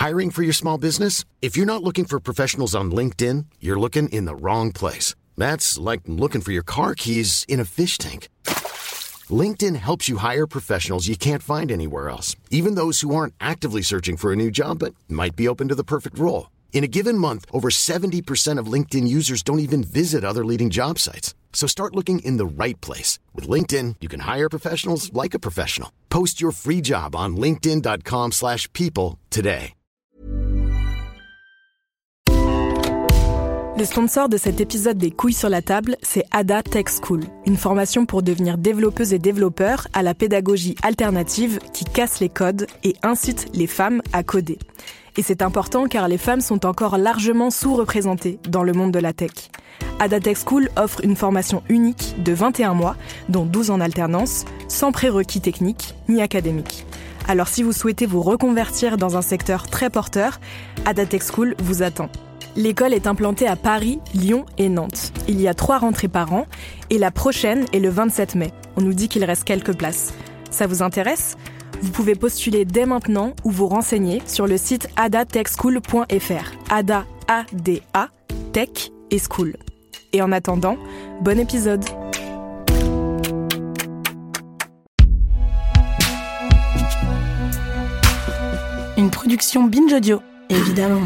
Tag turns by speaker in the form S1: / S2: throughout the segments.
S1: Hiring for your small business? If you're not looking for professionals on LinkedIn, you're looking in the wrong place. That's like looking for your car keys in a fish tank. LinkedIn helps you hire professionals you can't find anywhere else, even those who aren't actively searching for a new job but might be open to the perfect role. In a given month, over 70% of LinkedIn users don't even visit other leading job sites. So start looking in the right place. With LinkedIn, you can hire professionals like a professional. Post your free job on linkedin.com/people today.
S2: Le sponsor de cet épisode des Couilles sur la table, c'est Ada Tech School, une formation pour devenir développeuse et développeur à la pédagogie alternative qui casse les codes et incite les femmes à coder. Et c'est important car les femmes sont encore largement sous-représentées dans le monde de la tech. Ada Tech School offre une formation unique de 21 mois, dont 12 en alternance, sans prérequis techniques ni académiques. Alors si vous souhaitez vous reconvertir dans un secteur très porteur, Ada Tech School vous attend. L'école est implantée à Paris, Lyon et Nantes. Il y a 3 rentrées par an et la prochaine est le 27 mai. On nous dit qu'il reste quelques places. Ça vous intéresse ? Vous pouvez postuler dès maintenant ou vous renseigner sur le site adatechschool.fr. Ada, A-D-A, Tech et School. Et en attendant, bon épisode. Une production Binge Audio, évidemment.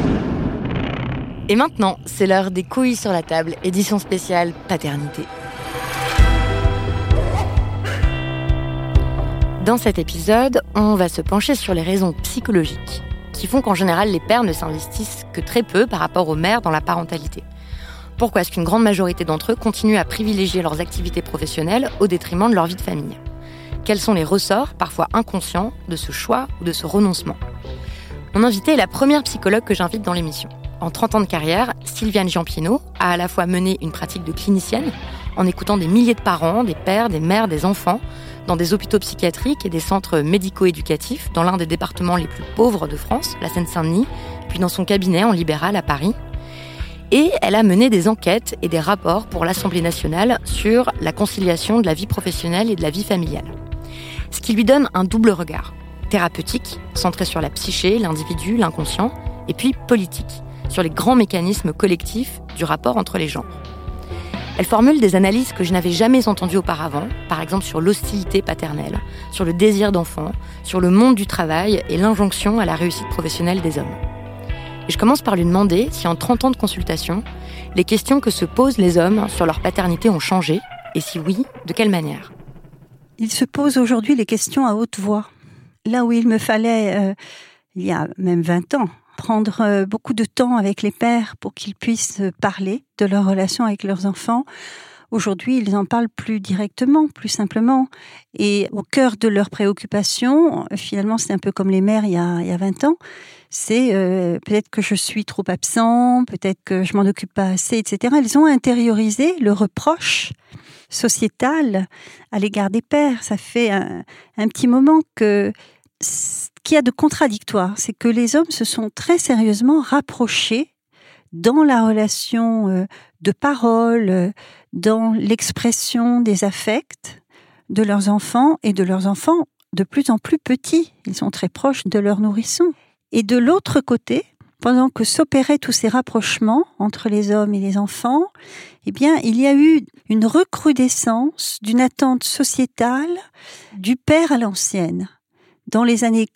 S3: Et maintenant, c'est l'heure des couilles sur la table, édition spéciale paternité. Dans cet épisode, on va se pencher sur les raisons psychologiques qui font qu'en général, les pères ne s'investissent que très peu par rapport aux mères dans la parentalité. Pourquoi est-ce qu'une grande majorité d'entre eux continuent à privilégier leurs activités professionnelles au détriment de leur vie de famille ? Quels sont les ressorts, parfois inconscients, de ce choix ou de ce renoncement ? Mon invitée est la première psychologue que j'invite dans l'émission. En 30 ans de carrière, Sylviane Giampino a à la fois mené une pratique de clinicienne en écoutant des milliers de parents, des pères, des mères, des enfants dans des hôpitaux psychiatriques et des centres médico-éducatifs dans l'un des départements les plus pauvres de France, la Seine-Saint-Denis, puis dans son cabinet en libéral à Paris. Et elle a mené des enquêtes et des rapports pour l'Assemblée nationale sur la conciliation de la vie professionnelle et de la vie familiale. Ce qui lui donne un double regard, thérapeutique, centré sur la psyché, l'individu, l'inconscient, et puis politique, sur les grands mécanismes collectifs du rapport entre les genres. Elle formule des analyses que je n'avais jamais entendues auparavant, par exemple sur l'hostilité paternelle, sur le désir d'enfant, sur le monde du travail et l'injonction à la réussite professionnelle des hommes. Et je commence par lui demander si en 30 ans de consultation, les questions que se posent les hommes sur leur paternité ont changé, et si oui, de quelle manière ?
S4: Il se pose aujourd'hui les questions à haute voix. Là où il me fallait, il y a même 20 ans, prendre beaucoup de temps avec les pères pour qu'ils puissent parler de leur relation avec leurs enfants. Aujourd'hui, ils en parlent plus directement, plus simplement. Et au cœur de leurs préoccupations, finalement, c'est un peu comme les mères il y a 20 ans, c'est peut-être que je suis trop absent, peut-être que je m'en occupe pas assez, etc. Elles ont intériorisé le reproche sociétal à l'égard des pères. Ça fait un petit moment que ce qu'il y a de contradictoire, c'est que les hommes se sont très sérieusement rapprochés dans la relation de parole, dans l'expression des affects de leurs enfants et de leurs enfants de plus en plus petits. Ils sont très proches de leurs nourrissons. Et de l'autre côté, pendant que s'opéraient tous ces rapprochements entre les hommes et les enfants, eh bien, il y a eu une recrudescence d'une attente sociétale du père à l'ancienne. Dans les années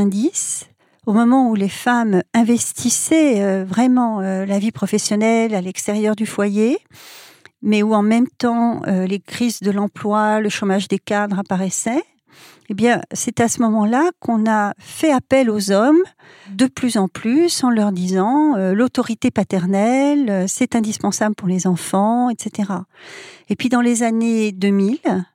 S4: 90, au moment où les femmes investissaient vraiment la vie professionnelle à l'extérieur du foyer, mais où en même temps les crises de l'emploi, le chômage des cadres apparaissaient, eh bien, c'est à ce moment-là qu'on a fait appel aux hommes de plus en plus en leur disant l'autorité paternelle, c'est indispensable pour les enfants, etc. Et puis dans les années 2000,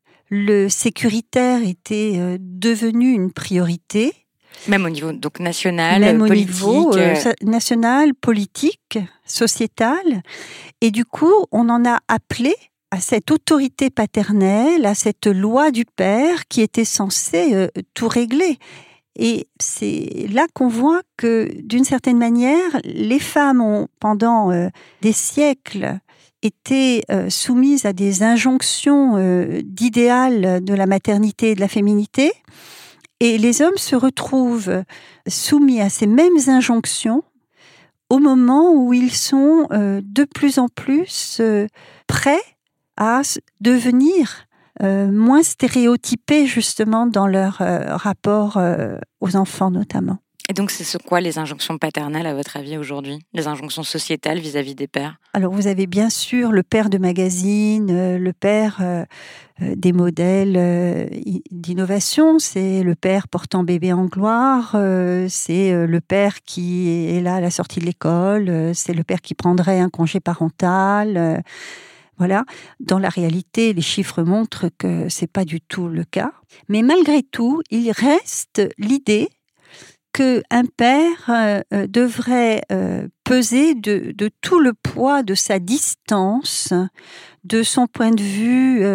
S4: le sécuritaire était devenu une priorité.
S3: Même au niveau donc national,
S4: même
S3: politique.
S4: Au niveau national, politique, sociétal. Et du coup, on en a appelé à cette autorité paternelle, à cette loi du père qui était censée tout régler. Et c'est là qu'on voit que, d'une certaine manière, les femmes ont, pendant des siècles, été soumises à des injonctions d'idéal de la maternité et de la féminité. Et les hommes se retrouvent soumis à ces mêmes injonctions au moment où ils sont de plus en plus prêts à devenir moins stéréotypés justement dans leur rapport aux enfants notamment.
S3: Et donc, c'est quoi les injonctions paternelles, à votre avis, aujourd'hui ? Les injonctions sociétales vis-à-vis des pères ?
S4: Alors, vous avez bien sûr le père de magazine, le père des modèles d'innovation, c'est le père portant bébé en gloire, c'est le père qui est là à la sortie de l'école, c'est le père qui prendrait un congé parental. Voilà. Dans la réalité, les chiffres montrent que c'est pas du tout le cas. Mais malgré tout, il reste l'idée qu'un père devrait peser de tout le poids de sa distance, de son point de vue,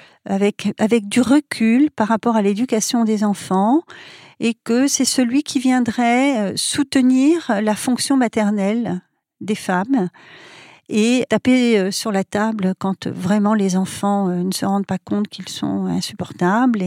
S4: avec du recul par rapport à l'éducation des enfants, et que c'est celui qui viendrait soutenir la fonction maternelle des femmes et taper sur la table quand vraiment les enfants ne se rendent pas compte qu'ils sont insupportables.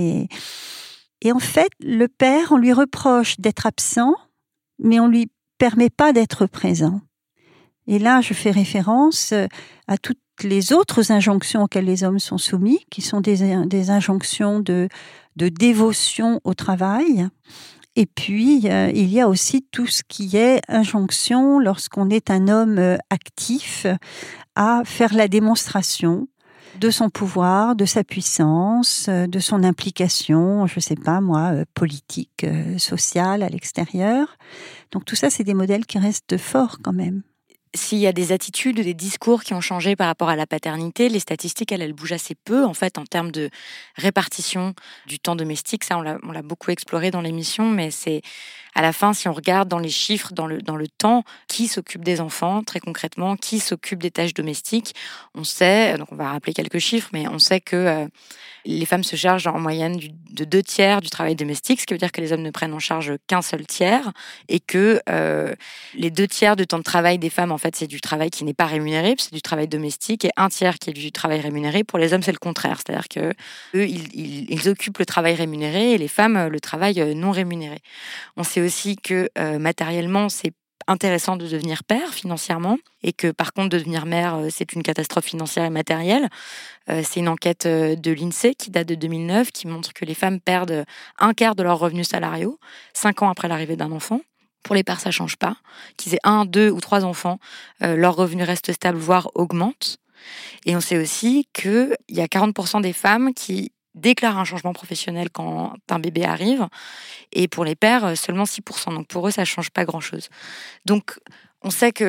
S4: Et en fait, le père, on lui reproche d'être absent, mais on lui permet pas d'être présent. Et là, je fais référence à toutes les autres injonctions auxquelles les hommes sont soumis, qui sont des injonctions de dévotion au travail. Et puis, il y a aussi tout ce qui est injonction, lorsqu'on est un homme actif, à faire la démonstration de son pouvoir, de sa puissance, de son implication, je sais pas moi, politique, sociale à l'extérieur. Donc tout ça, c'est des modèles qui restent forts quand même.
S3: S'il y a des attitudes, des discours qui ont changé par rapport à la paternité, les statistiques, elles bougent assez peu, en fait, en termes de répartition du temps domestique. Ça, on l'a beaucoup exploré dans l'émission, mais c'est à la fin, si on regarde dans les chiffres, dans le temps, qui s'occupe des enfants, très concrètement, qui s'occupe des tâches domestiques, on sait, donc on va rappeler quelques chiffres, mais on sait que les femmes se chargent en moyenne de 2/3 du travail domestique, ce qui veut dire que les hommes ne prennent en charge qu'un seul tiers, et que les 2/3 du temps de travail des femmes, en fait, c'est du travail qui n'est pas rémunéré, c'est du travail domestique, et 1/3 qui est du travail rémunéré. Pour les hommes, c'est le contraire, c'est-à-dire que eux, ils occupent le travail rémunéré, et les femmes, le travail non rémunéré. On sait aussi que matériellement, c'est intéressant de devenir père financièrement, et que par contre de devenir mère, c'est une catastrophe financière et matérielle. C'est une enquête de l'INSEE qui date de 2009 qui montre que les femmes perdent 1/4 de leurs revenus salariaux 5 ans après l'arrivée d'un enfant. Pour les pères, ça change pas. Qu'ils aient 1, 2 ou 3 enfants, leurs revenus restent stables, voire augmentent. Et on sait aussi qu'il y a 40% des femmes qui déclarent un changement professionnel quand un bébé arrive, et pour les pères, seulement 6%. Donc pour eux, ça change pas grand-chose. Donc on sait que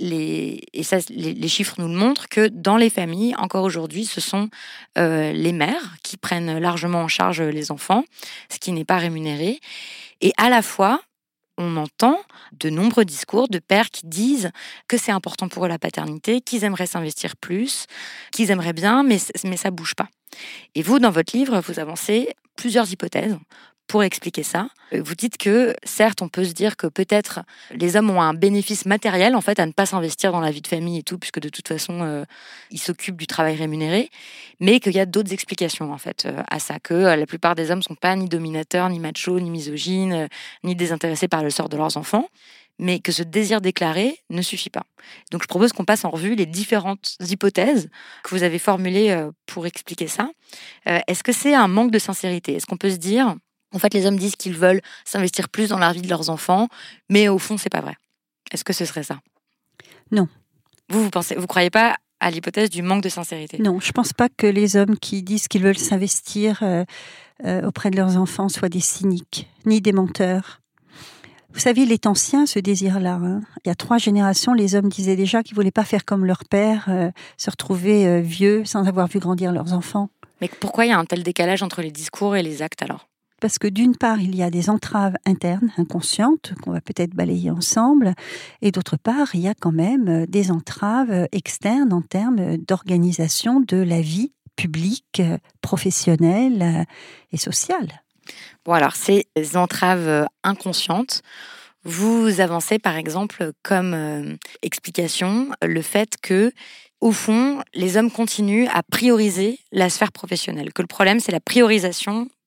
S3: les chiffres nous le montrent, que dans les familles, encore aujourd'hui, ce sont les mères qui prennent largement en charge les enfants, ce qui n'est pas rémunéré. Et à la fois, on entend de nombreux discours de pères qui disent que c'est important pour eux la paternité, qu'ils aimeraient s'investir plus, qu'ils aimeraient bien, mais ça bouge pas. Et vous, dans votre livre, vous avancez plusieurs hypothèses pour expliquer ça. Vous dites que, certes, on peut se dire que peut-être les hommes ont un bénéfice matériel, en fait, à ne pas s'investir dans la vie de famille et tout, puisque de toute façon, ils s'occupent du travail rémunéré, mais qu'il y a d'autres explications, en fait, à ça, que la plupart des hommes ne sont pas ni dominateurs, ni machos, ni misogynes, ni désintéressés par le sort de leurs enfants, mais que ce désir déclaré ne suffit pas. Donc je propose qu'on passe en revue les différentes hypothèses que vous avez formulées pour expliquer ça. Est-ce que c'est un manque de sincérité ? Est-ce qu'on peut se dire, en fait, les hommes disent qu'ils veulent s'investir plus dans la vie de leurs enfants, mais au fond, c'est pas vrai ? Est-ce que ce serait ça ?
S4: Non.
S3: Vous croyez pas à l'hypothèse du manque de sincérité ?
S4: Non, je pense pas que les hommes qui disent qu'ils veulent s'investir auprès de leurs enfants soient des cyniques, ni des menteurs. Vous savez, il est ancien ce désir-là. Il y a 3 générations, les hommes disaient déjà qu'ils ne voulaient pas faire comme leur père, se retrouver vieux sans avoir vu grandir leurs enfants.
S3: Mais pourquoi il y a un tel décalage entre les discours et les actes alors ?
S4: Parce que d'une part, il y a des entraves internes, inconscientes, qu'on va peut-être balayer ensemble, et d'autre part, il y a quand même des entraves externes en termes d'organisation de la vie publique, professionnelle et sociale.
S3: Bon, alors, ces entraves inconscientes, vous avancez par exemple comme explication le fait que, au fond, les hommes continuent à prioriser la sphère professionnelle, que le problème, c'est la priorisation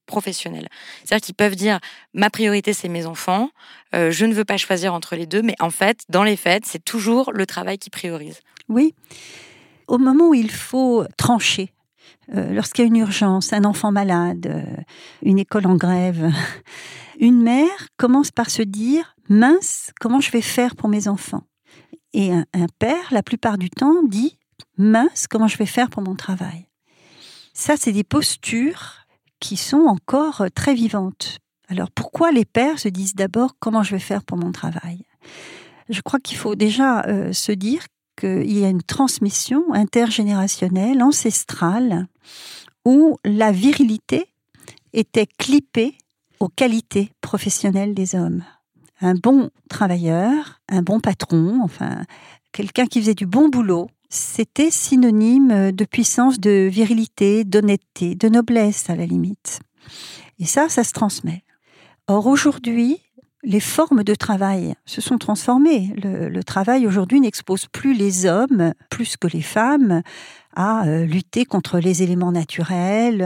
S3: professionnelle. C'est-à-dire qu'ils peuvent dire « ma priorité, c'est mes enfants, je ne veux pas choisir entre les deux », mais en fait, dans les faits, c'est toujours le travail qui priorise.
S4: Oui. Au moment où il faut trancher, lorsqu'il y a une urgence, un enfant malade, une école en grève, une mère commence par se dire « mince, comment je vais faire pour mes enfants ?» Et un père, la plupart du temps, dit « mince, comment je vais faire pour mon travail ?» Ça, c'est des postures qui sont encore très vivantes. Alors, pourquoi les pères se disent d'abord « comment je vais faire pour mon travail ?» Je crois qu'il faut déjà se dire qu'il y a une transmission intergénérationnelle, ancestrale, où la virilité était clippée aux qualités professionnelles des hommes. Un bon travailleur, un bon patron, enfin, quelqu'un qui faisait du bon boulot, c'était synonyme de puissance, de virilité, d'honnêteté, de noblesse à la limite. Et ça se transmet. Or aujourd'hui, les formes de travail se sont transformées. Le travail aujourd'hui n'expose plus les hommes, plus que les femmes, à lutter contre les éléments naturels,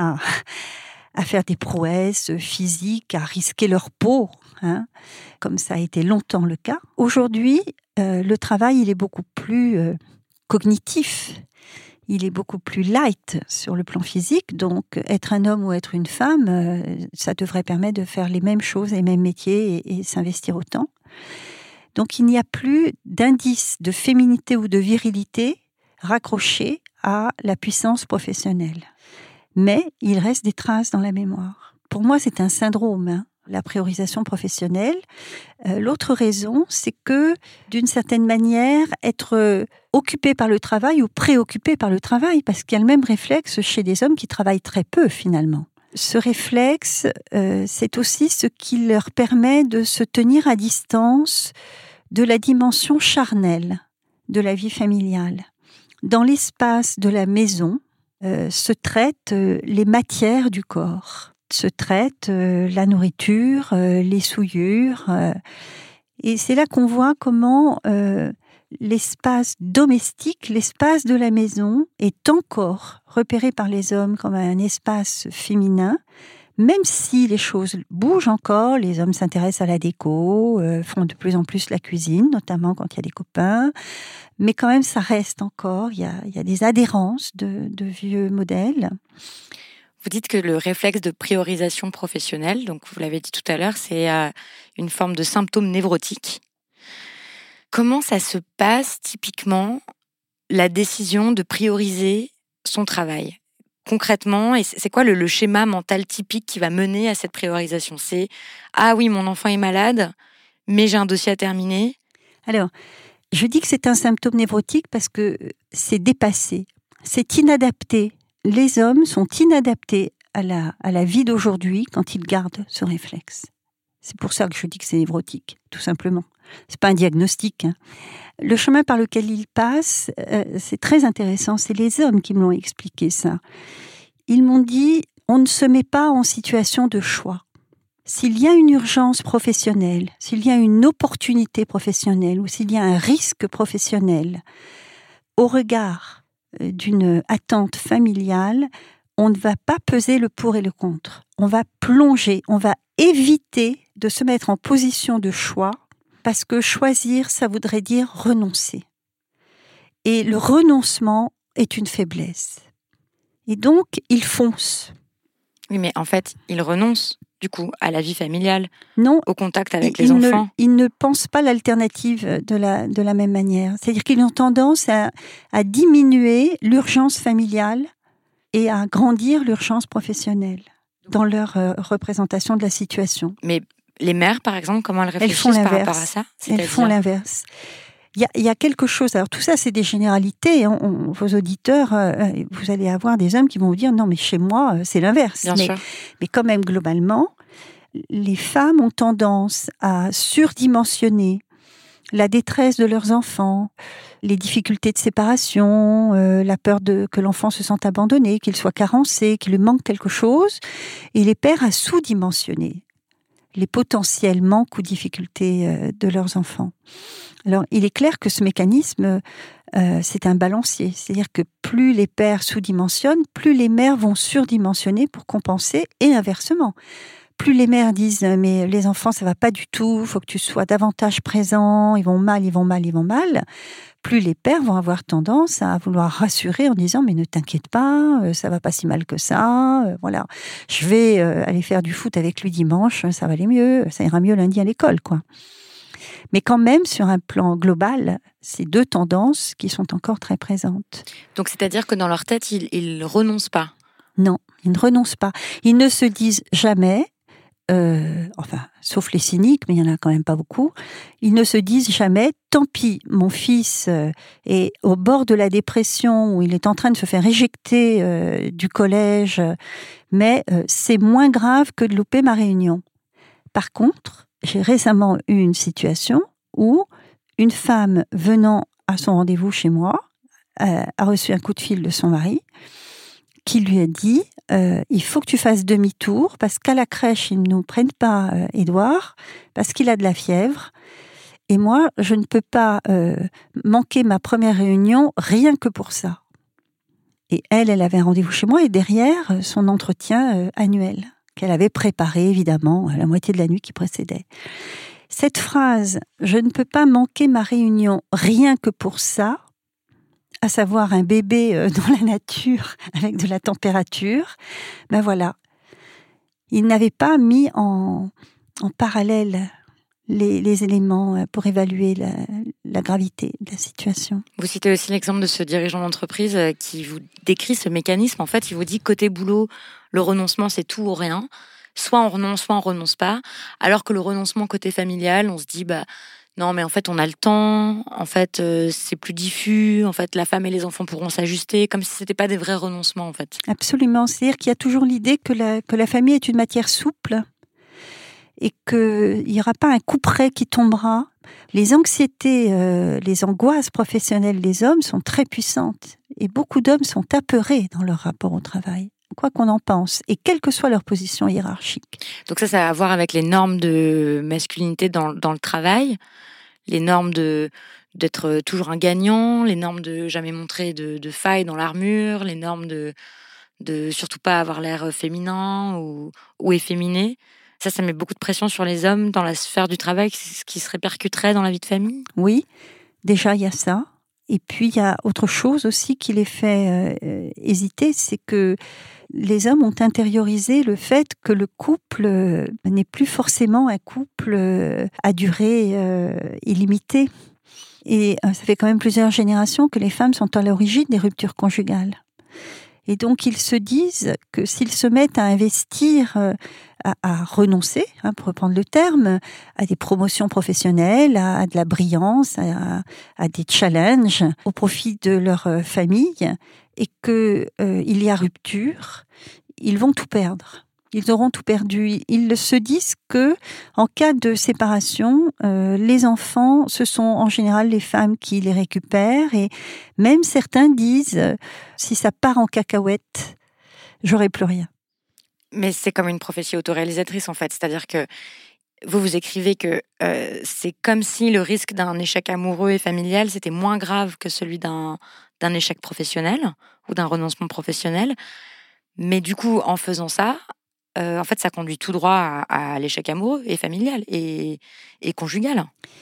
S4: à faire des prouesses physiques, à risquer leur peau, comme ça a été longtemps le cas. Aujourd'hui, le travail, il est beaucoup plus cognitif. Il est beaucoup plus light sur le plan physique, donc être un homme ou être une femme, ça devrait permettre de faire les mêmes choses, les mêmes métiers et s'investir autant. Donc il n'y a plus d'indice de féminité ou de virilité raccroché à la puissance professionnelle. Mais il reste des traces dans la mémoire. Pour moi, c'est un syndrome, la priorisation professionnelle. L'autre raison, c'est que, d'une certaine manière, être occupé par le travail ou préoccupé par le travail, parce qu'il y a le même réflexe chez des hommes qui travaillent très peu, finalement. Ce réflexe, c'est aussi ce qui leur permet de se tenir à distance de la dimension charnelle de la vie familiale. Dans l'espace de la maison, se traitent les matières du corps. Se traite la nourriture, les souillures. Et c'est là qu'on voit comment l'espace domestique, l'espace de la maison, est encore repéré par les hommes comme un espace féminin, même si les choses bougent encore, les hommes s'intéressent à la déco, font de plus en plus la cuisine, notamment quand il y a des copains, mais quand même ça reste encore, il y a des adhérences de vieux modèles.
S3: Vous dites que le réflexe de priorisation professionnelle, donc vous l'avez dit tout à l'heure, c'est une forme de symptôme névrotique. Comment ça se passe typiquement, la décision de prioriser son travail ? Concrètement, et c'est quoi le schéma mental typique qui va mener à cette priorisation ? C'est « Ah oui, mon enfant est malade, mais j'ai un dossier à terminer. »
S4: Alors, je dis que c'est un symptôme névrotique parce que c'est dépassé, c'est inadapté. Les hommes sont inadaptés à la vie d'aujourd'hui quand ils gardent ce réflexe. C'est pour ça que je dis que c'est névrotique, tout simplement. C'est pas un diagnostic. Le chemin par lequel ils passent, c'est très intéressant. C'est les hommes qui me l'ont expliqué ça. Ils m'ont dit, on ne se met pas en situation de choix. S'il y a une urgence professionnelle, s'il y a une opportunité professionnelle ou s'il y a un risque professionnel, au regard d'une attente familiale, on ne va pas peser le pour et le contre. On va plonger, on va éviter de se mettre en position de choix, parce que choisir, ça voudrait dire renoncer. Et le renoncement est une faiblesse. Et donc, ils foncent.
S3: Oui, mais en fait, ils renoncent, du coup, à la vie familiale,
S4: non,
S3: au contact avec les enfants.
S4: Ils ne pensent pas l'alternative de la même manière. C'est-à-dire qu'ils ont tendance à diminuer l'urgence familiale et à grandir l'urgence professionnelle dans leur représentation de la situation.
S3: Mais les mères, par exemple, comment elles réfléchissent par rapport à ça ?
S4: Elles font l'inverse. Il y a quelque chose, alors tout ça c'est des généralités, vos auditeurs, vous allez avoir des hommes qui vont vous dire non mais chez moi c'est l'inverse. Mais quand même globalement, les femmes ont tendance à surdimensionner la détresse de leurs enfants, les difficultés de séparation, la peur que l'enfant se sente abandonné, qu'il soit carencé, qu'il lui manque quelque chose, et les pères à sous-dimensionner les potentiels manques ou difficultés de leurs enfants. Alors, il est clair que ce mécanisme c'est un balancier. C'est-à-dire que plus les pères sous-dimensionnent, plus les mères vont surdimensionner pour compenser, et inversement. Plus les mères disent « mais les enfants, ça va pas du tout, il faut que tu sois davantage présent, ils vont mal », plus les pères vont avoir tendance à vouloir rassurer en disant « mais ne t'inquiète pas, ça va pas si mal que ça, voilà. Je vais aller faire du foot avec lui dimanche, ça va aller mieux, ça ira mieux lundi à l'école, quoi. » Mais quand même, sur un plan global, c'est deux tendances qui sont encore très présentes.
S3: Donc, c'est-à-dire que dans leur tête, ils renoncent pas?
S4: Non, ils ne renoncent pas. Ils ne se disent jamais, sauf les cyniques, mais il n'y en a quand même pas beaucoup, ils ne se disent jamais, tant pis, mon fils est au bord de la dépression, où il est en train de se faire éjecter du collège, mais c'est moins grave que de louper ma réunion. Par contre, j'ai récemment eu une situation où une femme venant à son rendez-vous chez moi a reçu un coup de fil de son mari qui lui a dit il faut que tu fasses demi-tour parce qu'à la crèche, ils ne nous prennent pas Édouard parce qu'il a de la fièvre. Et moi, je ne peux pas manquer ma première réunion rien que pour ça. Et elle avait un rendez-vous chez moi et derrière, son entretien annuel qu'elle avait préparé, évidemment, à la moitié de la nuit qui précédait. Cette phrase « je ne peux pas manquer ma réunion rien que pour ça », à savoir un bébé dans la nature avec de la température, ben voilà. Il n'avait pas mis en parallèle les éléments pour évaluer la gravité de la situation.
S3: Vous citez aussi l'exemple de ce dirigeant d'entreprise qui vous décrit ce mécanisme. En fait, il vous dit côté boulot, le renoncement, c'est tout ou rien. Soit on renonce pas. Alors que le renoncement côté familial, on se dit, non, mais en fait, on a le temps. En fait, c'est plus diffus. En fait, la femme et les enfants pourront s'ajuster, comme si c'était pas des vrais renoncements, en fait.
S4: Absolument. C'est-à-dire qu'il y a toujours l'idée que la famille est une matière souple et qu'il n'y aura pas un couperet qui tombera. Les anxiétés, les angoisses professionnelles des hommes sont très puissantes. Et beaucoup d'hommes sont apeurés dans leur rapport au travail, quoi qu'on en pense, et quelle que soit leur position hiérarchique.
S3: Donc ça a à voir avec les normes de masculinité dans le travail, les normes d'être toujours un gagnant, les normes de jamais montrer de failles dans l'armure, les normes de surtout pas avoir l'air féminin ou efféminé. Ça met beaucoup de pression sur les hommes dans la sphère du travail, ce qui se répercuterait dans la vie de famille.
S4: Oui, déjà il y a ça. Et puis il y a autre chose aussi qui les fait hésiter, c'est que les hommes ont intériorisé le fait que le couple n'est plus forcément un couple à durée illimitée. Et ça fait quand même plusieurs générations que les femmes sont à l'origine des ruptures conjugales. Et donc, ils se disent que s'ils se mettent à investir, à renoncer, pour reprendre le terme, à des promotions professionnelles, à de la brillance, à des challenges au profit de leur famille, et qu'il y a rupture, ils vont tout perdre. Ils auront tout perdu. Ils se disent que, en cas de séparation, les enfants, ce sont en général les femmes qui les récupèrent. Et même certains disent, si ça part en cacahuète, j'aurai plus rien.
S3: Mais c'est comme une prophétie autoréalisatrice, en fait. C'est-à-dire que vous écrivez que c'est comme si le risque d'un échec amoureux et familial, c'était moins grave que celui d'un échec professionnel ou d'un renoncement professionnel. Mais du coup, en faisant ça, en fait, ça conduit tout droit à l'échec amoureux et familial et conjugal.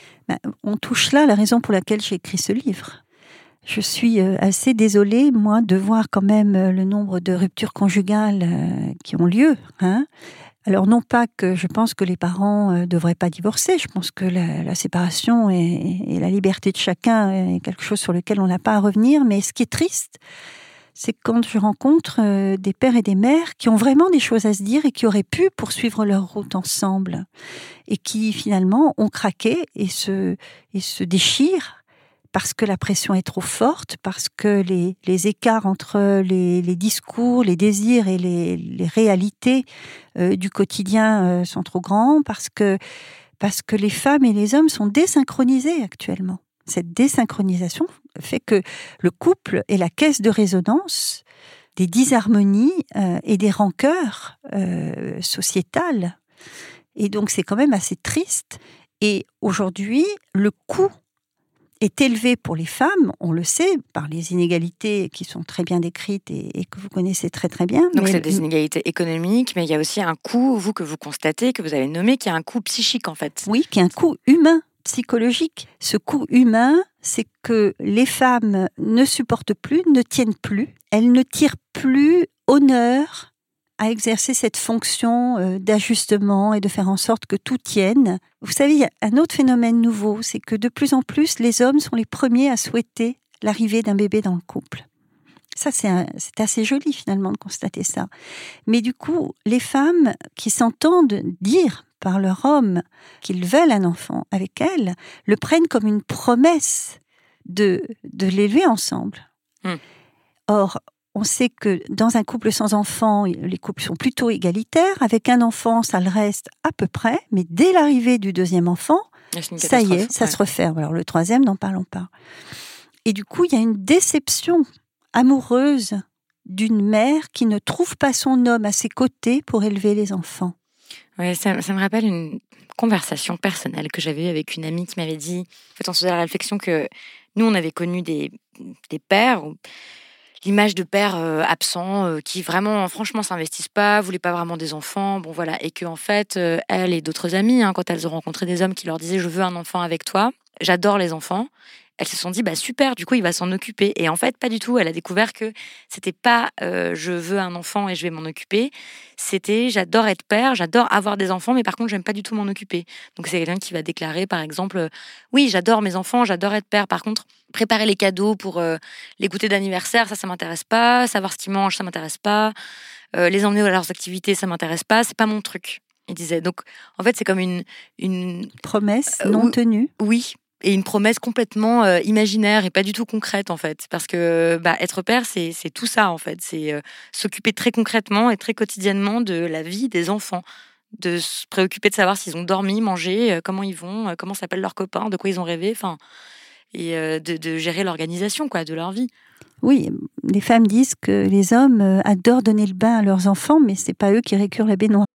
S4: On touche là la raison pour laquelle j'ai écrit ce livre. Je suis assez désolée, moi, de voir quand même le nombre de ruptures conjugales qui ont lieu. Alors, non pas que je pense que les parents ne devraient pas divorcer, je pense que la séparation et la liberté de chacun est quelque chose sur lequel on n'a pas à revenir, mais ce qui est triste, c'est quand je rencontre des pères et des mères qui ont vraiment des choses à se dire et qui auraient pu poursuivre leur route ensemble et qui finalement ont craqué et se déchirent parce que la pression est trop forte, parce que les écarts entre les discours, les désirs et les réalités du quotidien sont trop grands, parce que les femmes et les hommes sont désynchronisés actuellement. Cette désynchronisation fait que le couple est la caisse de résonance des disharmonies et des rancœurs sociétales. Et donc, c'est quand même assez triste. Et aujourd'hui, le coût est élevé pour les femmes, on le sait, par les inégalités qui sont très bien décrites et que vous connaissez très très bien.
S3: Donc c'est des inégalités économiques, mais il y a aussi un coût, vous, que vous constatez, que vous avez nommé, qui est un coût psychique en fait.
S4: Oui, qui est un coût humain, psychologique. Ce coût humain, c'est que les femmes ne supportent plus, ne tiennent plus, elles ne tirent plus honneur à exercer cette fonction d'ajustement et de faire en sorte que tout tienne. Vous savez, il y a un autre phénomène nouveau, c'est que de plus en plus, les hommes sont les premiers à souhaiter l'arrivée d'un bébé dans le couple. Ça, c'est assez joli finalement de constater ça. Mais du coup, les femmes qui s'entendent dire par leur homme qu'ils veulent un enfant avec elles, le prennent comme une promesse de l'élever ensemble. Or, on sait que dans un couple sans enfant, les couples sont plutôt égalitaires. Avec un enfant, ça le reste à peu près. Mais dès l'arrivée du deuxième enfant, ça y est, ça se referme. Alors le troisième, n'en parlons pas. Et du coup, il y a une déception amoureuse d'une mère qui ne trouve pas son homme à ses côtés pour élever les enfants.
S3: Oui, ça me rappelle une conversation personnelle que j'avais eue avec une amie qui m'avait dit, en fait, on se faisait la réflexion que nous, on avait connu des pères, l'image de pères absents, qui vraiment, franchement, s'investissent pas, voulaient pas vraiment des enfants, bon voilà, et que en fait, elle et d'autres amies, quand elles ont rencontré des hommes qui leur disaient « je veux un enfant avec toi, j'adore les enfants », elles se sont dit, super, du coup, il va s'en occuper. Et en fait, pas du tout. Elle a découvert que c'était pas je veux un enfant et je vais m'en occuper. C'était j'adore être père, j'adore avoir des enfants, mais par contre, j'aime pas du tout m'en occuper. Donc, c'est quelqu'un qui va déclarer, par exemple, oui, j'adore mes enfants, j'adore être père. Par contre, préparer les cadeaux pour les goûters d'anniversaire, ça m'intéresse pas. Savoir ce qu'ils mangent, ça m'intéresse pas. Les emmener à leurs activités, ça m'intéresse pas. C'est pas mon truc. Il disait. Donc, en fait, c'est comme une
S4: promesse non tenue.
S3: Oui. Et une promesse complètement imaginaire et pas du tout concrète en fait, parce que être père c'est tout ça en fait, c'est s'occuper très concrètement et très quotidiennement de la vie des enfants, de se préoccuper de savoir s'ils ont dormi, mangé, comment ils vont, comment s'appellent leurs copains, de quoi ils ont rêvé, enfin, et de gérer l'organisation quoi de leur vie.
S4: Oui, les femmes disent que les hommes adorent donner le bain à leurs enfants, mais c'est pas eux qui récurent la baignoire.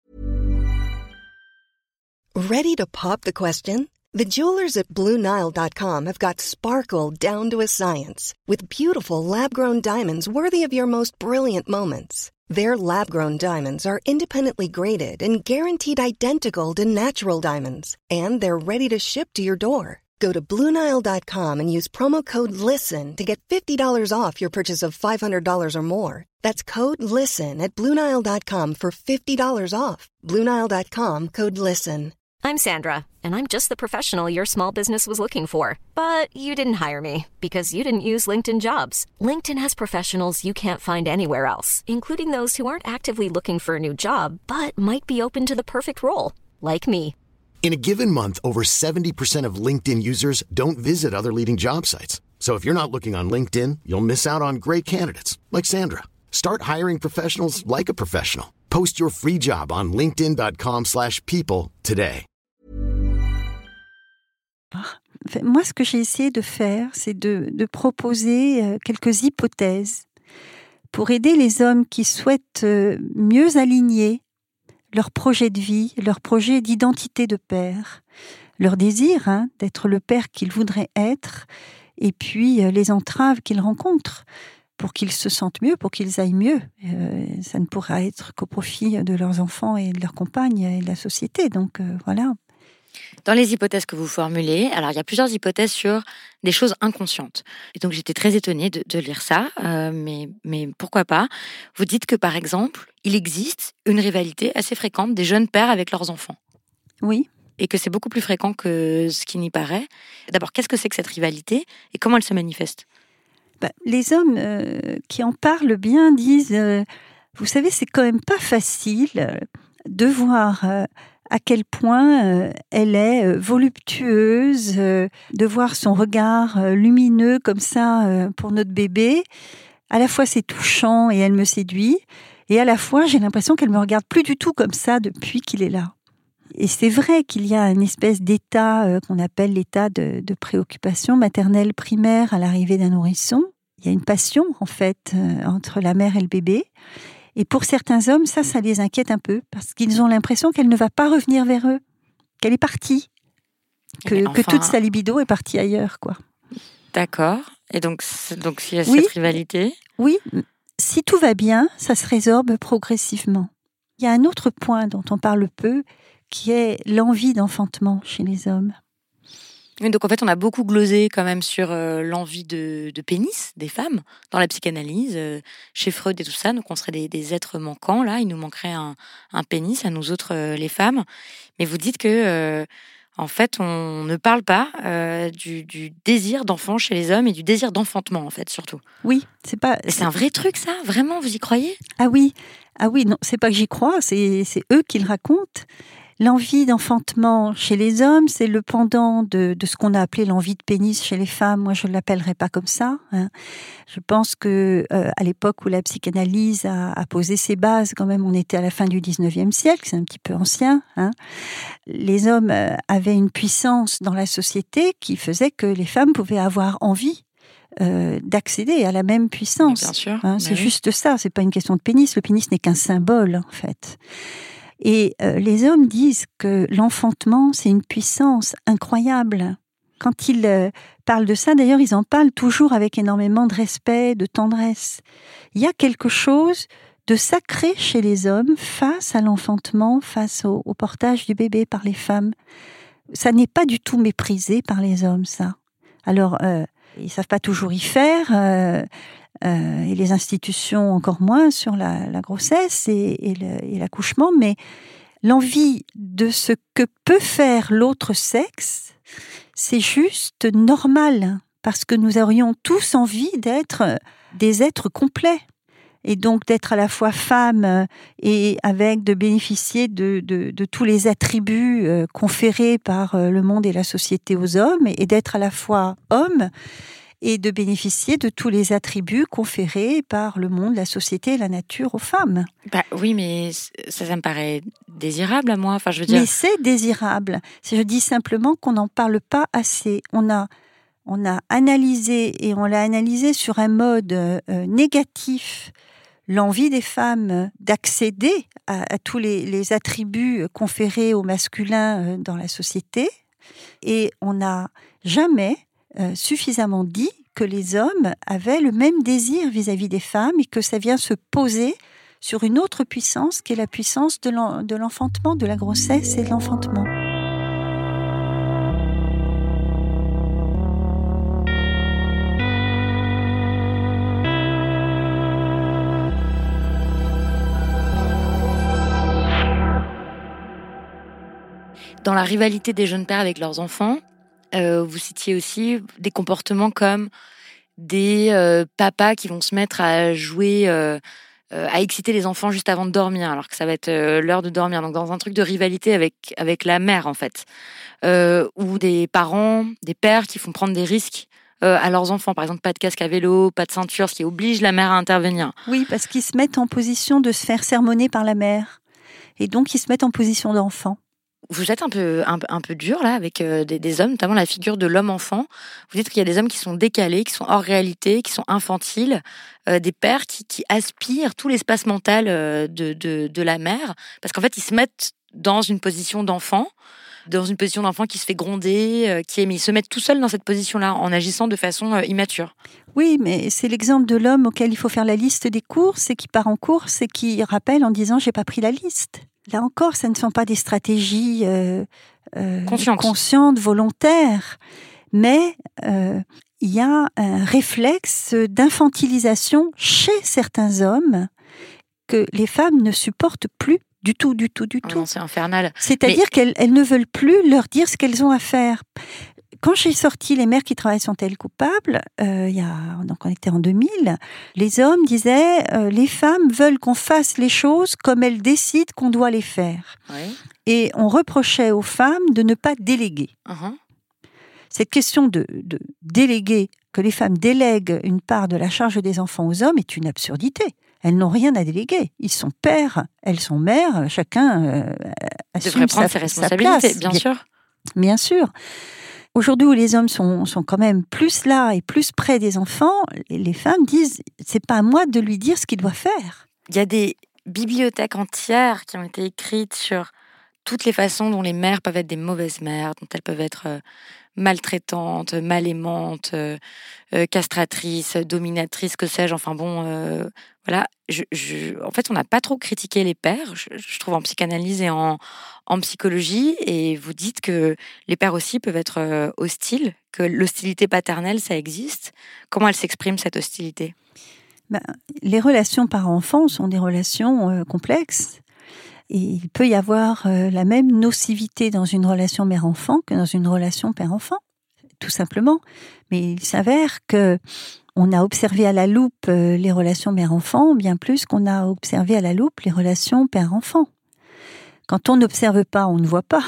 S5: Ready to pop the question? The jewelers at BlueNile.com have got sparkle down to a science with beautiful lab-grown diamonds worthy of your most brilliant moments. Their lab-grown diamonds are independently graded and guaranteed identical to natural diamonds, and they're ready to ship to your door. Go to BlueNile.com and use promo code LISTEN to get $50 off your purchase of $500 or more. That's code LISTEN at BlueNile.com for $50 off. BlueNile.com, code LISTEN.
S6: I'm Sandra, and I'm just the professional your small business was looking for. But you didn't hire me because you didn't use LinkedIn Jobs. LinkedIn has professionals you can't find anywhere else, including those who aren't actively looking for a new job, but might be open to the perfect role, like me.
S1: In a given month, over 70% of LinkedIn users don't visit other leading job sites. So if you're not looking on LinkedIn, you'll miss out on great candidates like Sandra. Start hiring professionals like a professional. Post your free job on linkedin.com/people today.
S4: Moi, ce que j'ai essayé de faire, c'est de proposer quelques hypothèses pour aider les hommes qui souhaitent mieux aligner leur projet de vie, leur projet d'identité de père, leur désir d'être le père qu'ils voudraient être, et puis les entraves qu'ils rencontrent pour qu'ils se sentent mieux, pour qu'ils aillent mieux. Ça ne pourra être qu'au profit de leurs enfants et de leurs compagnes et de la société. Donc voilà.
S3: Dans les hypothèses que vous formulez, alors il y a plusieurs hypothèses sur des choses inconscientes. Et donc j'étais très étonnée de lire ça, mais pourquoi pas. Vous dites que par exemple, il existe une rivalité assez fréquente des jeunes pères avec leurs enfants.
S4: Oui.
S3: Et que c'est beaucoup plus fréquent que ce qui n'y paraît. D'abord, qu'est-ce que c'est que cette rivalité et comment elle se manifeste ?
S4: Les hommes qui en parlent bien disent, vous savez, c'est quand même pas facile de voir à quel point elle est voluptueuse, de voir son regard lumineux comme ça pour notre bébé. À la fois c'est touchant et elle me séduit, et à la fois j'ai l'impression qu'elle me regarde plus du tout comme ça depuis qu'il est là. Et c'est vrai qu'il y a une espèce d'état qu'on appelle l'état de préoccupation maternelle primaire à l'arrivée d'un nourrisson. Il y a une passion, en fait, entre la mère et le bébé. Et pour certains hommes, ça les inquiète un peu, parce qu'ils ont l'impression qu'elle ne va pas revenir vers eux, qu'elle est partie, que toute sa libido est partie ailleurs, quoi.
S3: D'accord. Et donc il y a cette rivalité.
S4: Oui, si tout va bien, ça se résorbe progressivement. Il y a un autre point dont on parle peu, qui est l'envie d'enfantement chez les hommes.
S3: Et donc en fait, on a beaucoup glosé quand même sur l'envie de pénis des femmes dans la psychanalyse, chez Freud et tout ça. Donc on serait des êtres manquants, là. Il nous manquerait un pénis à nous autres, les femmes. Mais vous dites que... en fait, on ne parle pas du désir d'enfant chez les hommes et du désir d'enfantement, en fait, surtout.
S4: Oui,
S3: c'est un vrai truc, ça. Vraiment, vous y croyez ?
S4: Ah oui, non, c'est pas que j'y crois, c'est eux qui le racontent. L'envie d'enfantement chez les hommes, c'est le pendant de ce qu'on a appelé l'envie de pénis chez les femmes. Moi, je ne l'appellerais pas comme ça. Je pense que à l'époque où la psychanalyse a posé ses bases, quand même, on était à la fin du 19e siècle, c'est un petit peu ancien. Les hommes avaient une puissance dans la société qui faisait que les femmes pouvaient avoir envie d'accéder à la même puissance.
S3: Bien sûr.
S4: C'est juste ça, c'est pas une question de pénis. Le pénis n'est qu'un symbole, en fait. Et les hommes disent que l'enfantement, c'est une puissance incroyable. Quand ils parlent de ça, d'ailleurs, ils en parlent toujours avec énormément de respect, de tendresse. Il y a quelque chose de sacré chez les hommes face à l'enfantement, face au portage du bébé par les femmes. Ça n'est pas du tout méprisé par les hommes, ça. Alors, ils ne savent pas toujours y faire, et les institutions encore moins sur la grossesse et l'accouchement, mais l'envie de ce que peut faire l'autre sexe, c'est juste normal, parce que nous aurions tous envie d'être des êtres complets, et donc d'être à la fois femme et de bénéficier de tous les attributs conférés par le monde et la société aux hommes, et d'être à la fois homme et de bénéficier de tous les attributs conférés par le monde, la société et la nature aux femmes.
S3: Oui, mais ça me paraît désirable à moi. Enfin, je veux dire...
S4: Mais c'est désirable. Je dis simplement qu'on n'en parle pas assez. On a analysé, et on l'a analysé sur un mode négatif, l'envie des femmes d'accéder à tous les attributs conférés au masculin dans la société. Et on n'a jamais suffisamment dit que les hommes avaient le même désir vis-à-vis des femmes et que ça vient se poser sur une autre puissance qui est la puissance de l'enfantement, de la grossesse et de l'enfantement.
S3: Dans la rivalité des jeunes pères avec leurs enfants, vous citiez aussi des comportements comme des papas qui vont se mettre à jouer, à exciter les enfants juste avant de dormir, alors que ça va être l'heure de dormir. Donc dans un truc de rivalité avec la mère, en fait. Ou des parents, des pères qui font prendre des risques à leurs enfants. Par exemple, pas de casque à vélo, pas de ceinture, ce qui oblige la mère à intervenir.
S4: Oui, parce qu'ils se mettent en position de se faire sermonner par la mère. Et donc, ils se mettent en position d'enfant.
S3: Vous êtes un peu dur là avec des hommes, notamment la figure de l'homme-enfant. Vous dites qu'il y a des hommes qui sont décalés, qui sont hors réalité, qui sont infantiles, des pères qui aspirent tout l'espace mental de la mère, parce qu'en fait ils se mettent dans une position d'enfant qui se fait gronder, mais ils se mettent tout seuls dans cette position-là, en agissant de façon immature.
S4: Oui, mais c'est l'exemple de l'homme auquel il faut faire la liste des courses et qui part en course et qui rappelle en disant « j'ai pas pris la liste ». Là encore, ce ne sont pas des stratégies conscientes, volontaires, mais il y a un réflexe d'infantilisation chez certains hommes que les femmes ne supportent plus du tout.
S3: Non, c'est infernal.
S4: C'est-à-dire qu'elles ne veulent plus leur dire ce qu'elles ont à faire. Quand j'ai sorti Les mères qui travaillent sont-elles coupables, donc on était en 2000, les hommes disaient les femmes veulent qu'on fasse les choses comme elles décident qu'on doit les faire.
S3: Oui.
S4: Et on reprochait aux femmes de ne pas déléguer.
S3: Uh-huh.
S4: Cette question de déléguer, que les femmes délèguent une part de la charge des enfants aux hommes est une absurdité. Elles n'ont rien à déléguer. Ils sont pères, elles sont mères, chacun assume
S3: devrait prendre ses responsabilités,
S4: sa place.
S3: Bien sûr.
S4: Bien sûr. Aujourd'hui où les hommes sont quand même plus là et plus près des enfants, les femmes disent « c'est pas à moi de lui dire ce qu'il doit faire ».
S3: Il y a des bibliothèques entières qui ont été écrites sur toutes les façons dont les mères peuvent être des mauvaises mères, dont elles peuvent être maltraitante, mal-aimante, castratrice, dominatrice, que sais-je. Enfin bon, voilà. En fait, on n'a pas trop critiqué les pères, je trouve, en psychanalyse et en psychologie. Et vous dites que les pères aussi peuvent être hostiles, que l'hostilité paternelle, ça existe. Comment elle s'exprime, cette hostilité ?
S4: Les relations parents-enfants sont des relations complexes. Et il peut y avoir la même nocivité dans une relation mère-enfant que dans une relation père-enfant, tout simplement. Mais il s'avère que on a observé à la loupe les relations mère-enfant bien plus qu'on a observé à la loupe les relations père-enfant. Quand on n'observe pas, on ne voit pas.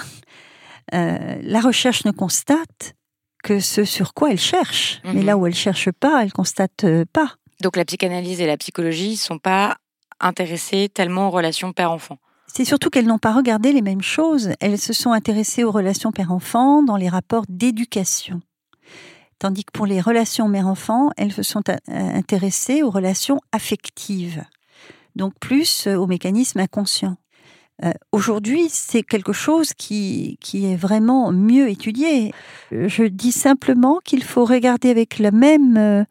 S4: La recherche ne constate que ce sur quoi elle cherche. Mais là où elle cherche pas, elle constate pas.
S3: Donc la psychanalyse et la psychologie ne sont pas intéressées tellement aux relations père-enfant.
S4: C'est surtout qu'elles n'ont pas regardé les mêmes choses. Elles se sont intéressées aux relations père-enfant dans les rapports d'éducation. Tandis que pour les relations mère-enfant, elles se sont intéressées aux relations affectives. Donc plus aux mécanismes inconscients. Aujourd'hui, c'est quelque chose qui est vraiment mieux étudié. Je dis simplement qu'il faut regarder avec le même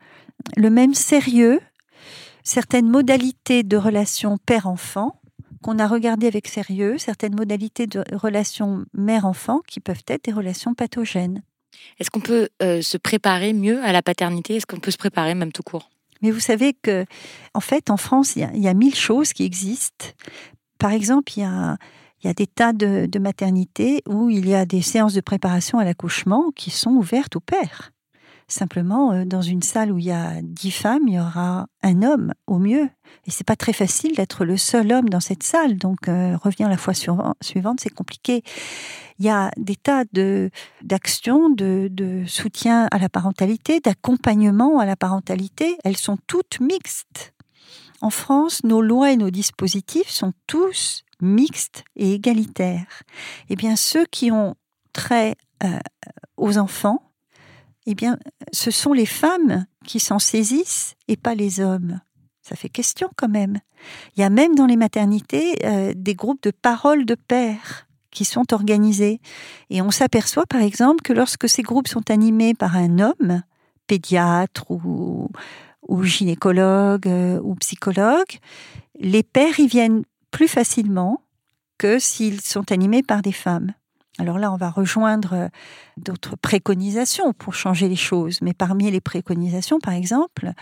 S4: sérieux certaines modalités de relations père-enfant qu'on a regardé avec sérieux, certaines modalités de relations mère-enfant qui peuvent être des relations pathogènes.
S3: Est-ce qu'on peut se préparer mieux à la paternité ? Est-ce qu'on peut se préparer même tout court ?
S4: Mais vous savez que, en fait, en France, il y a 1000 choses qui existent. Par exemple, il y a des tas de maternités où il y a des séances de préparation à l'accouchement qui sont ouvertes aux pères. Simplement, dans une salle où il y a 10 femmes, il y aura un homme au mieux. Et c'est pas très facile d'être le seul homme dans cette salle. Donc, revenir la fois suivante, c'est compliqué. Il y a des tas d'actions, de soutien à la parentalité, d'accompagnement à la parentalité. Elles sont toutes mixtes. En France, nos lois et nos dispositifs sont tous mixtes et égalitaires. Eh bien, ceux qui ont trait aux enfants, eh bien, ce sont les femmes qui s'en saisissent et pas les hommes. Ça fait question quand même. Il y a même dans les maternités des groupes de parole de pères qui sont organisés. Et on s'aperçoit par exemple que lorsque ces groupes sont animés par un homme, pédiatre ou gynécologue ou psychologue, les pères y viennent plus facilement que s'ils sont animés par des femmes. Alors là, on va rejoindre d'autres préconisations pour changer les choses. Mais parmi les préconisations, par exemple,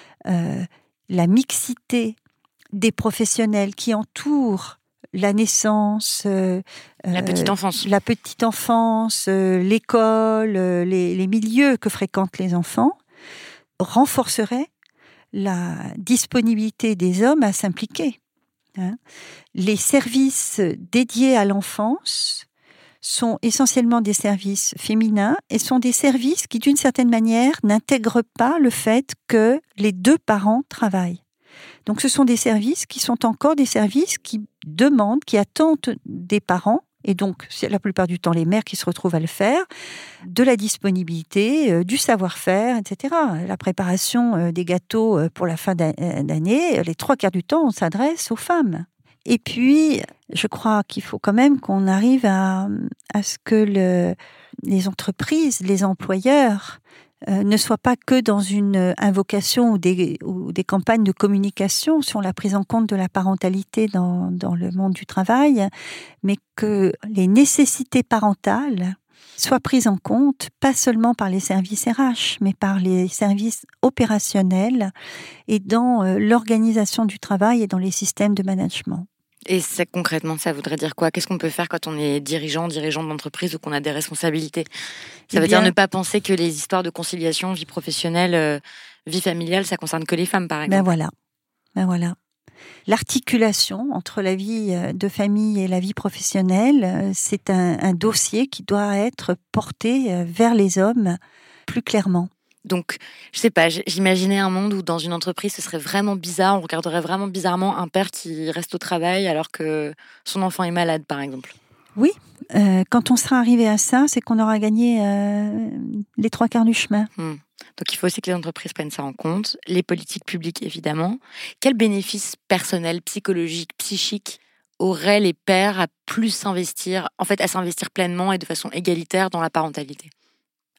S4: la mixité des professionnels qui entourent la naissance,
S3: la petite enfance,
S4: l'école, les milieux que fréquentent les enfants, renforcerait la disponibilité des hommes à s'impliquer. Les services dédiés à l'enfance sont essentiellement des services féminins et sont des services qui, d'une certaine manière, n'intègrent pas le fait que les deux parents travaillent. Donc, ce sont des services qui sont encore des services qui demandent, qui attendent des parents, et donc, c'est la plupart du temps les mères qui se retrouvent à le faire, de la disponibilité, du savoir-faire, etc. La préparation des gâteaux pour la fin d'année, les 3/4 du temps, on s'adresse aux femmes. Et puis, je crois qu'il faut quand même qu'on arrive à ce que les entreprises, les employeurs, ne soient pas que dans une invocation ou des campagnes de communication sur la prise en compte de la parentalité dans le monde du travail, mais que les nécessités parentales soient prises en compte, pas seulement par les services RH, mais par les services opérationnels et dans l'organisation du travail et dans les systèmes de management.
S3: Et ça, concrètement, ça voudrait dire quoi ? Qu'est-ce qu'on peut faire quand on est dirigeant d'entreprise ou qu'on a des responsabilités ? Ça veut dire ne pas penser que les histoires de conciliation, vie professionnelle, vie familiale, ça concerne que les femmes, par exemple.
S4: Ben voilà. L'articulation entre la vie de famille et la vie professionnelle, c'est un dossier qui doit être porté vers les hommes plus clairement.
S3: Donc, je sais pas, j'imaginais un monde où dans une entreprise, ce serait vraiment bizarre, on regarderait vraiment bizarrement un père qui reste au travail alors que son enfant est malade, par exemple.
S4: Oui, quand on sera arrivé à ça, c'est qu'on aura gagné les 3/4 du chemin.
S3: Donc, il faut aussi que les entreprises prennent ça en compte, les politiques publiques, évidemment. Quels bénéfices personnels, psychologiques, psychiques auraient les pères à plus s'investir, en fait, à s'investir pleinement et de façon égalitaire dans la parentalité ?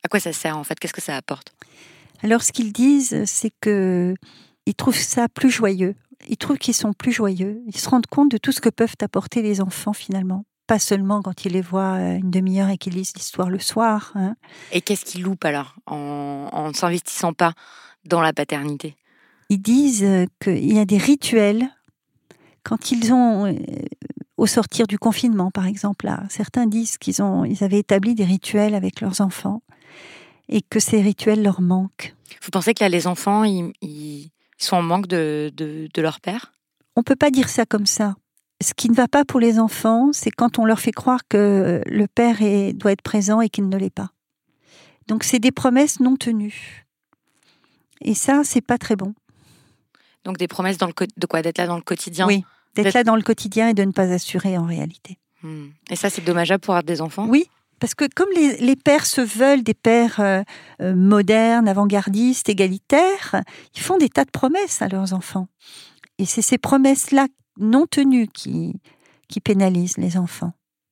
S3: À quoi ça sert en fait ? Qu'est-ce que ça apporte ?
S4: Alors ce qu'ils disent, c'est qu'ils trouvent ça plus joyeux. Ils trouvent qu'ils sont plus joyeux. Ils se rendent compte de tout ce que peuvent apporter les enfants finalement. Pas seulement quand ils les voient une demi-heure et qu'ils lisent l'histoire le soir.
S3: Et qu'est-ce qu'ils loupent alors en ne s'investissant pas dans la paternité ?
S4: Ils disent qu'il y a des rituels quand ils ont, au sortir du confinement par exemple, là, certains disent qu'ils avaient établi des rituels avec leurs enfants et que ces rituels leur manquent.
S3: Vous pensez que là les enfants ils sont en manque de leur père ?
S4: On peut pas dire ça comme ça. Ce qui ne va pas pour les enfants, c'est quand on leur fait croire que le père doit être présent et qu'il ne l'est pas. Donc c'est des promesses non tenues. Et ça, c'est pas très bon.
S3: Donc des promesses de quoi ? D'être là dans le quotidien ?
S4: Oui, d'être là dans le quotidien et de ne pas assurer en réalité.
S3: Et ça, c'est dommageable pour des enfants ?
S4: Oui, parce que comme les pères se veulent des pères modernes, avant-gardistes, égalitaires, ils font des tas de promesses à leurs enfants. Et c'est ces promesses-là non tenues qui pénalisent les enfants.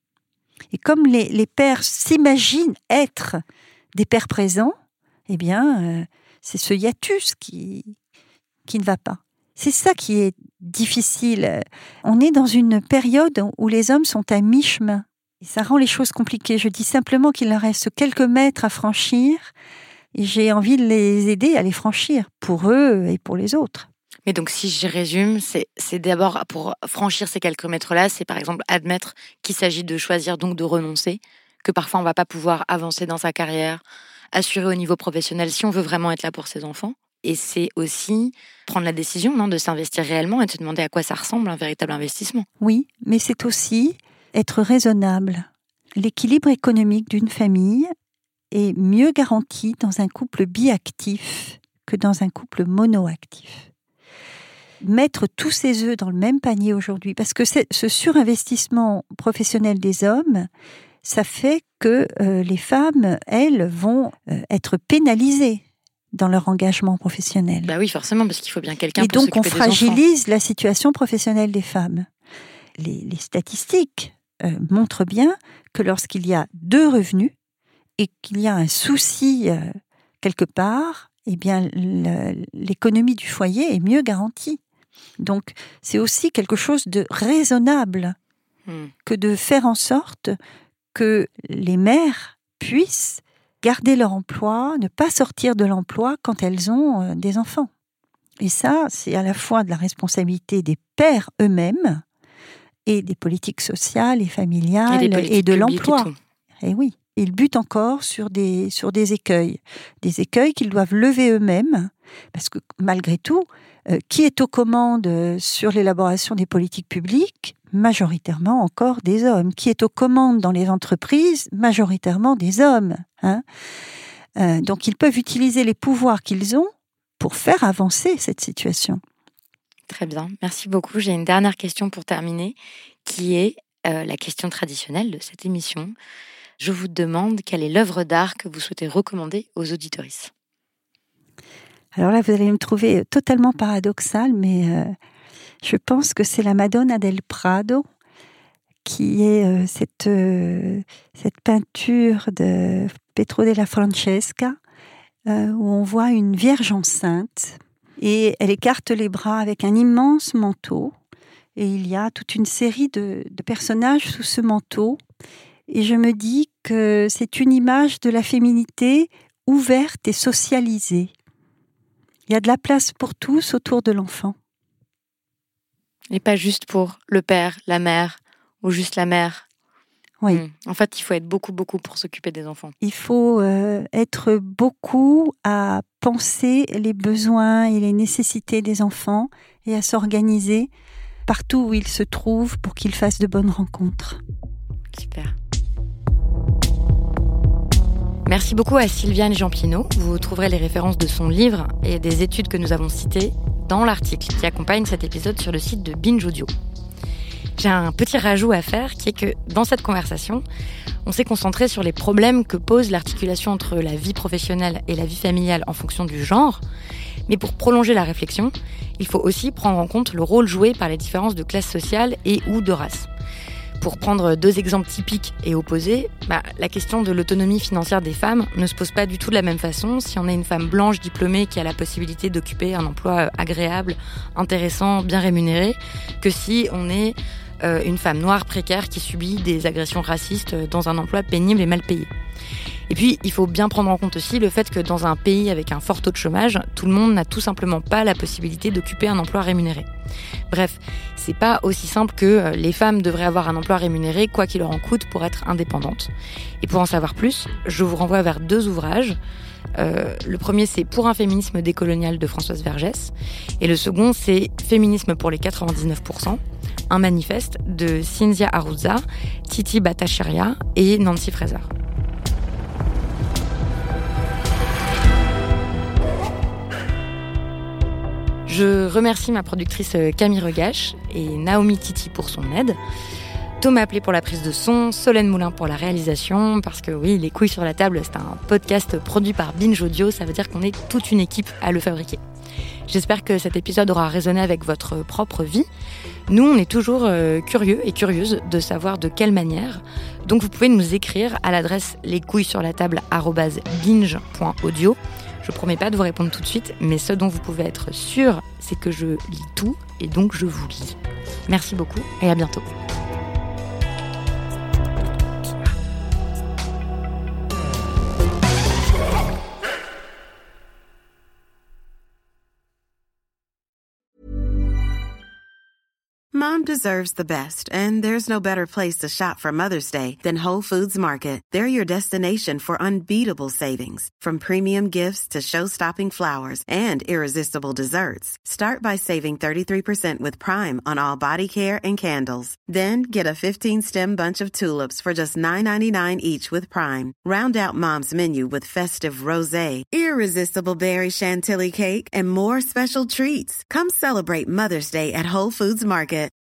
S4: Et comme les pères s'imaginent être des pères présents, eh bien, c'est ce hiatus qui ne va pas. C'est ça qui est difficile. On est dans une période où les hommes sont à mi-chemin. Et ça rend les choses compliquées. Je dis simplement qu'il leur reste quelques mètres à franchir et j'ai envie de les aider à les franchir, pour eux et pour les autres.
S3: Mais donc, si je résume, c'est d'abord, pour franchir ces quelques mètres-là, c'est par exemple admettre qu'il s'agit de choisir, donc de renoncer, que parfois on ne va pas pouvoir avancer dans sa carrière, assurer au niveau professionnel si on veut vraiment être là pour ses enfants. Et c'est aussi prendre la décision de s'investir réellement et de se demander à quoi ça ressemble un véritable investissement.
S4: Oui, mais c'est aussi être raisonnable. L'équilibre économique d'une famille est mieux garanti dans un couple biactif que dans un couple monoactif. Mettre tous ses œufs dans le même panier aujourd'hui, parce que ce surinvestissement professionnel des hommes, ça fait que les femmes, elles, vont être pénalisées dans leur engagement professionnel.
S3: Bah oui, forcément, parce qu'il faut bien quelqu'un pour s'occuper des enfants.
S4: Et donc, on fragilise la situation professionnelle des femmes. Les statistiques montrent bien que lorsqu'il y a 2 revenus et qu'il y a un souci quelque part, eh bien, l'économie du foyer est mieux garantie. Donc, c'est aussi quelque chose de raisonnable que de faire en sorte que les mères puissent garder leur emploi, ne pas sortir de l'emploi quand elles ont des enfants. Et ça, c'est à la fois de la responsabilité des pères eux-mêmes et des politiques sociales et familiales et de l'emploi. Et oui, ils butent encore sur des écueils qu'ils doivent lever eux-mêmes, parce que malgré tout, qui est aux commandes sur l'élaboration des politiques publiques ? Majoritairement encore des hommes. Qui est aux commandes dans les entreprises ? Majoritairement des hommes. Donc ils peuvent utiliser les pouvoirs qu'ils ont pour faire avancer cette situation.
S3: Très bien, merci beaucoup. J'ai une dernière question pour terminer, qui est la question traditionnelle de cette émission. Je vous demande quelle est l'œuvre d'art que vous souhaitez recommander aux auditrices. Alors là, vous allez me trouver totalement paradoxale, mais je pense que c'est la Madonna del Prado, qui est cette peinture de Pietro della Francesca, où on voit une Vierge enceinte, et elle écarte les bras avec un immense manteau, et il y a toute une série de personnages sous ce manteau, et je me dis que c'est une image de la féminité ouverte et socialisée. Il y a de la place pour tous autour de l'enfant. Et pas juste pour le père, la mère, ou juste la mère. Oui. En fait, il faut être beaucoup pour s'occuper des enfants. Il faut être beaucoup à penser les besoins et les nécessités des enfants et à s'organiser partout où ils se trouvent pour qu'ils fassent de bonnes rencontres. Super. Merci beaucoup à Sylviane Jampineau. Vous trouverez les références de son livre et des études que nous avons citées dans l'article qui accompagne cet épisode sur le site de Binge Audio. J'ai un petit rajout à faire qui est que dans cette conversation, on s'est concentré sur les problèmes que pose l'articulation entre la vie professionnelle et la vie familiale en fonction du genre. Mais pour prolonger la réflexion, il faut aussi prendre en compte le rôle joué par les différences de classe sociale et ou de race. Pour prendre 2 exemples typiques et opposés, la question de l'autonomie financière des femmes ne se pose pas du tout de la même façon si on est une femme blanche diplômée qui a la possibilité d'occuper un emploi agréable, intéressant, bien rémunéré, que si on est une femme noire précaire qui subit des agressions racistes dans un emploi pénible et mal payé. Et puis, il faut bien prendre en compte aussi le fait que dans un pays avec un fort taux de chômage, tout le monde n'a tout simplement pas la possibilité d'occuper un emploi rémunéré. Bref, c'est pas aussi simple que les femmes devraient avoir un emploi rémunéré, quoi qu'il leur en coûte, pour être indépendantes. Et pour en savoir plus, je vous renvoie vers 2 ouvrages. Le premier, c'est Pour un féminisme décolonial de Françoise Vergès. Et le second, c'est Féminisme pour les 99%, un manifeste de Cynthia Arruzza, Titi Bhattacharya et Nancy Fraser. Je remercie ma productrice Camille Regache et Naomi Titi pour son aide, Thomas Appelé pour la prise de son, Solène Moulin pour la réalisation, parce que oui, Les couilles sur la table, c'est un podcast produit par Binge Audio, ça veut dire qu'on est toute une équipe à le fabriquer. J'espère que cet épisode aura résonné avec votre propre vie. Nous, on est toujours curieux et curieuses de savoir de quelle manière. Donc vous pouvez nous écrire à l'adresse lescouillessurlatable@binge.audio. Je promets pas de vous répondre tout de suite, mais ce dont vous pouvez être sûr, c'est que je lis tout et donc je vous lis. Merci beaucoup et à bientôt.
S7: Mom deserves the best, and there's no better place to shop for Mother's Day than Whole Foods Market. They're your destination for unbeatable savings, from premium gifts to show-stopping flowers and irresistible desserts. Start by saving 33% with Prime on all body care and candles. Then get a 15-stem bunch of tulips for just $9.99 each with Prime. Round out Mom's menu with festive rosé, irresistible berry chantilly cake, and more special treats. Come celebrate Mother's Day at Whole Foods Market.